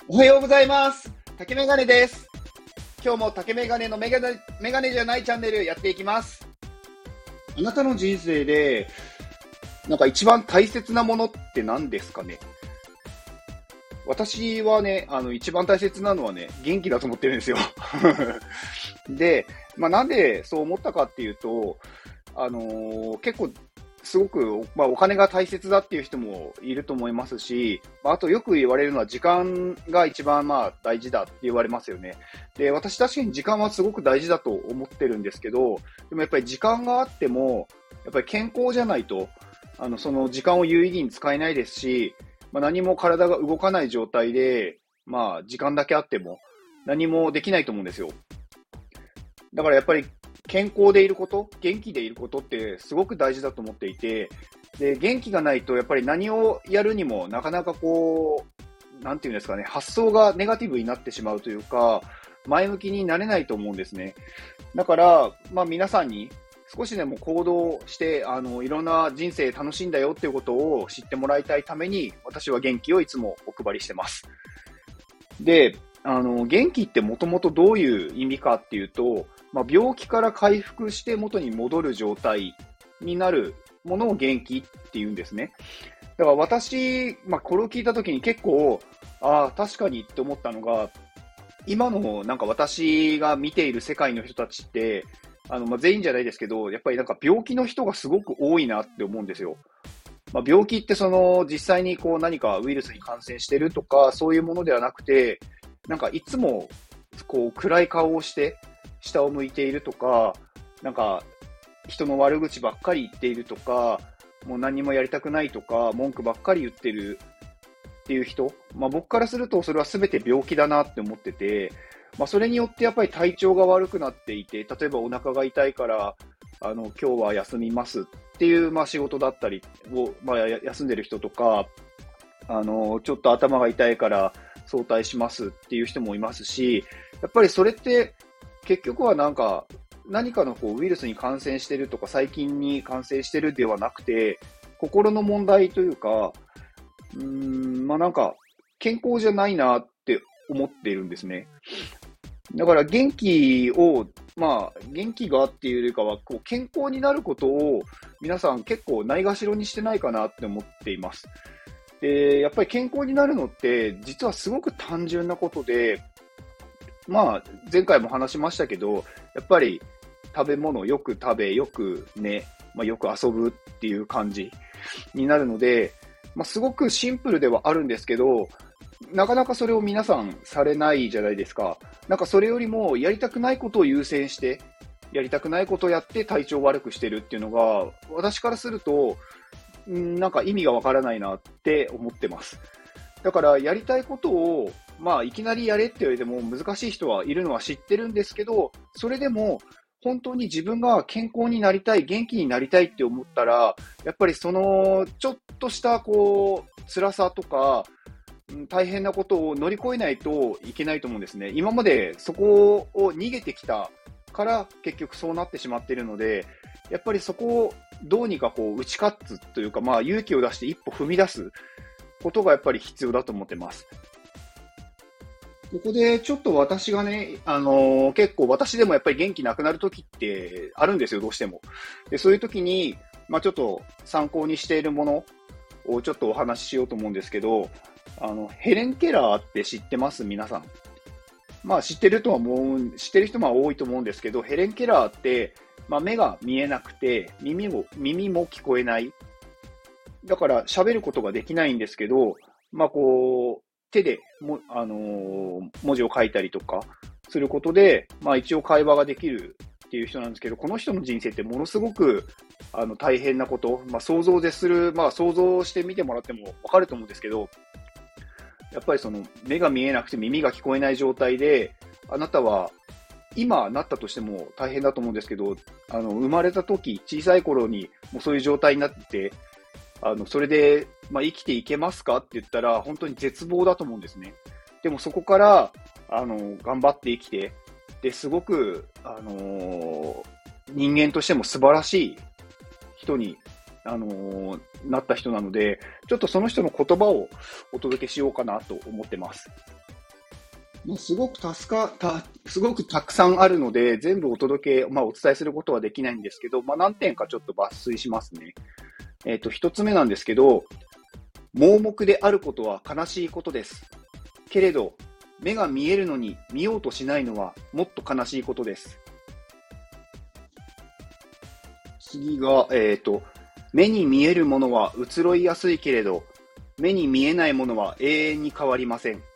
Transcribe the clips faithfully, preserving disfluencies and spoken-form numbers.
おはようございます。竹メガネです。今日も竹メガネのメガネ、メガネじゃないチャンネルやっていきます。あなたの人生で、なんか一番大切なものって何ですかね？私はね、あの、一番大切なのはね、元気だと思ってるんですよ。で、まあ、なんでそう思ったかっていうと、あのー結構、すごく、まあ、お金が大切だっていう人もいると思いますし、まあ、あとよく言われるのは時間が一番まあ大事だって言われますよね。で、私確かに時間はすごく大事だと思ってるんですけど、でもやっぱり時間があっても、やっぱり健康じゃないと、あの、その時間を有意義に使えないですし、まあ、何も体が動かない状態で、まあ、時間だけあっても何もできないと思うんですよ。だからやっぱり健康でいること、元気でいることってすごく大事だと思っていて、で、元気がないとやっぱり何をやるにもなかなかこう、なんていうんですかね、発想がネガティブになってしまうというか、前向きになれないと思うんですね。だから、まあ皆さんに少しでも行動して、あの、いろんな人生楽しいんだよっていうことを知ってもらいたいために、私は元気をいつもお配りしてます。で、あの、元気ってもともとどういう意味かっていうと、まあ、病気から回復して元に戻る状態になるものを元気って言うんですね。だから私、まあ、これを聞いたときに結構、ああ、確かにって思ったのが、今のなんか私が見ている世界の人たちって、あの、まあ、全員じゃないですけど、やっぱりなんか病気の人がすごく多いなって思うんですよ。まあ、病気ってその実際にこう何かウイルスに感染してるとかそういうものではなくて、なんかいつもこう暗い顔をして下を向いているとか、なんか人の悪口ばっかり言っているとか、もう何もやりたくないとか、文句ばっかり言ってるっていう人、まあ僕からするとそれは全て病気だなって思ってて、まあそれによってやっぱり体調が悪くなっていて、例えばお腹が痛いから、あの、今日は休みますっていう、まあ仕事だったりを、まあ休んでる人とか、あの、ちょっと頭が痛いから早退しますっていう人もいますし、やっぱりそれって結局はなんか何かのこうウイルスに感染してるとか細菌に感染してるではなくて、心の問題というか、うーん、まあなんか健康じゃないなって思っているんですね。だから元気を、まあ元気がっていうよりかはこう健康になることを皆さん結構ないがしろにしてないかなって思っています。で、やっぱり健康になるのって、実はすごく単純なことで、まあ、前回も話しましたけど、やっぱり食べ物、よく食べ、よく寝、まあ、よく遊ぶっていう感じになるので、まあ、すごくシンプルではあるんですけど、なかなかそれを皆さんされないじゃないですか。なんかそれよりもやりたくないことを優先して、やりたくないことをやって体調を悪くしてるっていうのが、私からすると、んなんか意味がわからないなって思ってます。だからやりたいことを、まあいきなりやれって言われても難しい人はいるのは知ってるんですけど、それでも本当に自分が健康になりたい、元気になりたいって思ったら、やっぱりそのちょっとしたこう辛さとか、うん大変なことを乗り越えないといけないと思うんですね。今までそこを逃げてきたから結局そうなってしまっているので、やっぱりそこをどうにかこう打ち勝つというか、まあ勇気を出して一歩踏み出すことがやっぱり必要だと思ってます。ここでちょっと私がね、あのー結構私でもやっぱり元気なくなる時ってあるんですよ、どうしても。で、そういう時に、まあちょっと参考にしているものをちょっとお話ししようと思うんですけど、あの、ヘレン・ケラーって知ってます皆さん？まあ知ってるとは思う、知ってる人も多いと思うんですけど、ヘレン・ケラーって、まあ目が見えなくて、耳も、耳も聞こえない。だから喋ることができないんですけど、まあこう、手でも、あのー文字を書いたりとかすることで、まあ一応会話ができるっていう人なんですけど、この人の人生ってものすごく、あの、大変なこと、まあ想像でする、まあ想像してみてもらってもわかると思うんですけど、やっぱりその目が見えなくて耳が聞こえない状態で、あなたは今なったとしても大変だと思うんですけど、あの、生まれた時、小さい頃にもうそういう状態になってて、あの、それで、まあ、生きていけますかって言ったら、本当に絶望だと思うんですね。でもそこから、あの、頑張って生きて、で、すごく、あのー人間としても素晴らしい人に、あのーなった人なので、ちょっとその人の言葉をお届けしようかなと思ってます。 まあ、すごく助か、た、すごくたくさんあるので、全部お届け、まあ、お伝えすることはできないんですけど、まあ、何点かちょっと抜粋しますね。えっと、一つ目なんですけど、盲目であることは悲しいことです。けれど、目が見えるのに見ようとしないのはもっと悲しいことです。次が、えっと、目に見えるものは移ろいやすいけれど、目に見えないものは永遠に変わりません。はい、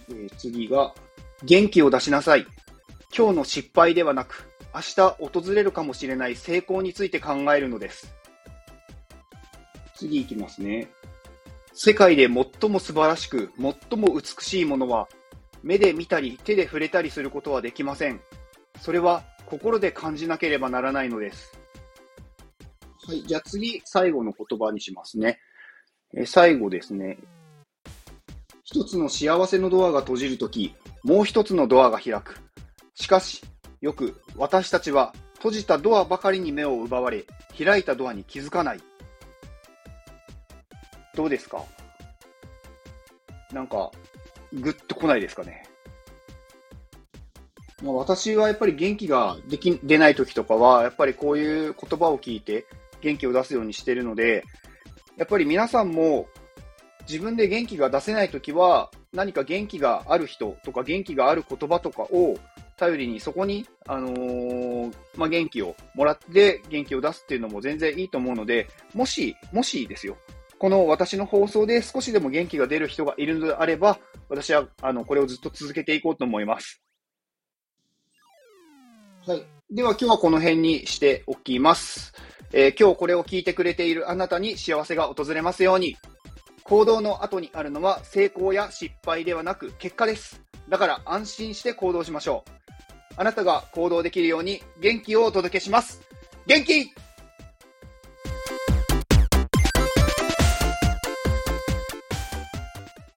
えー次が、元気を出しなさい。今日の失敗ではなく、明日訪れるかもしれない成功について考えるのです。次いきますね。世界で最も素晴らしく、最も美しいものは、目で見たり手で触れたりすることはできません。それは心で感じなければならないのです。はい、じゃあ次、最後の言葉にしますね。え最後ですね。一つの幸せのドアが閉じるとき、もう一つのドアが開く。しかし、よく私たちは閉じたドアばかりに目を奪われ、開いたドアに気づかない。どうですか？なんか、ぐっと来ないですかね。まあ、私はやっぱり元気ができ出ない時とかは、やっぱりこういう言葉を聞いて元気を出すようにしているので、やっぱり皆さんも自分で元気が出せない時は、何か元気がある人とか元気がある言葉とかを頼りにそこに、あのーまあ、元気をもらって元気を出すっていうのも全然いいと思うので、もし、もしですよ、この私の放送で少しでも元気が出る人がいるのであれば、私はあのこれをずっと続けていこうと思います。はい。では今日はこの辺にしておきます。えー今日これを聞いてくれているあなたに幸せが訪れますように。行動の後にあるのは成功や失敗ではなく結果です。だから安心して行動しましょう。あなたが行動できるように元気をお届けします。元気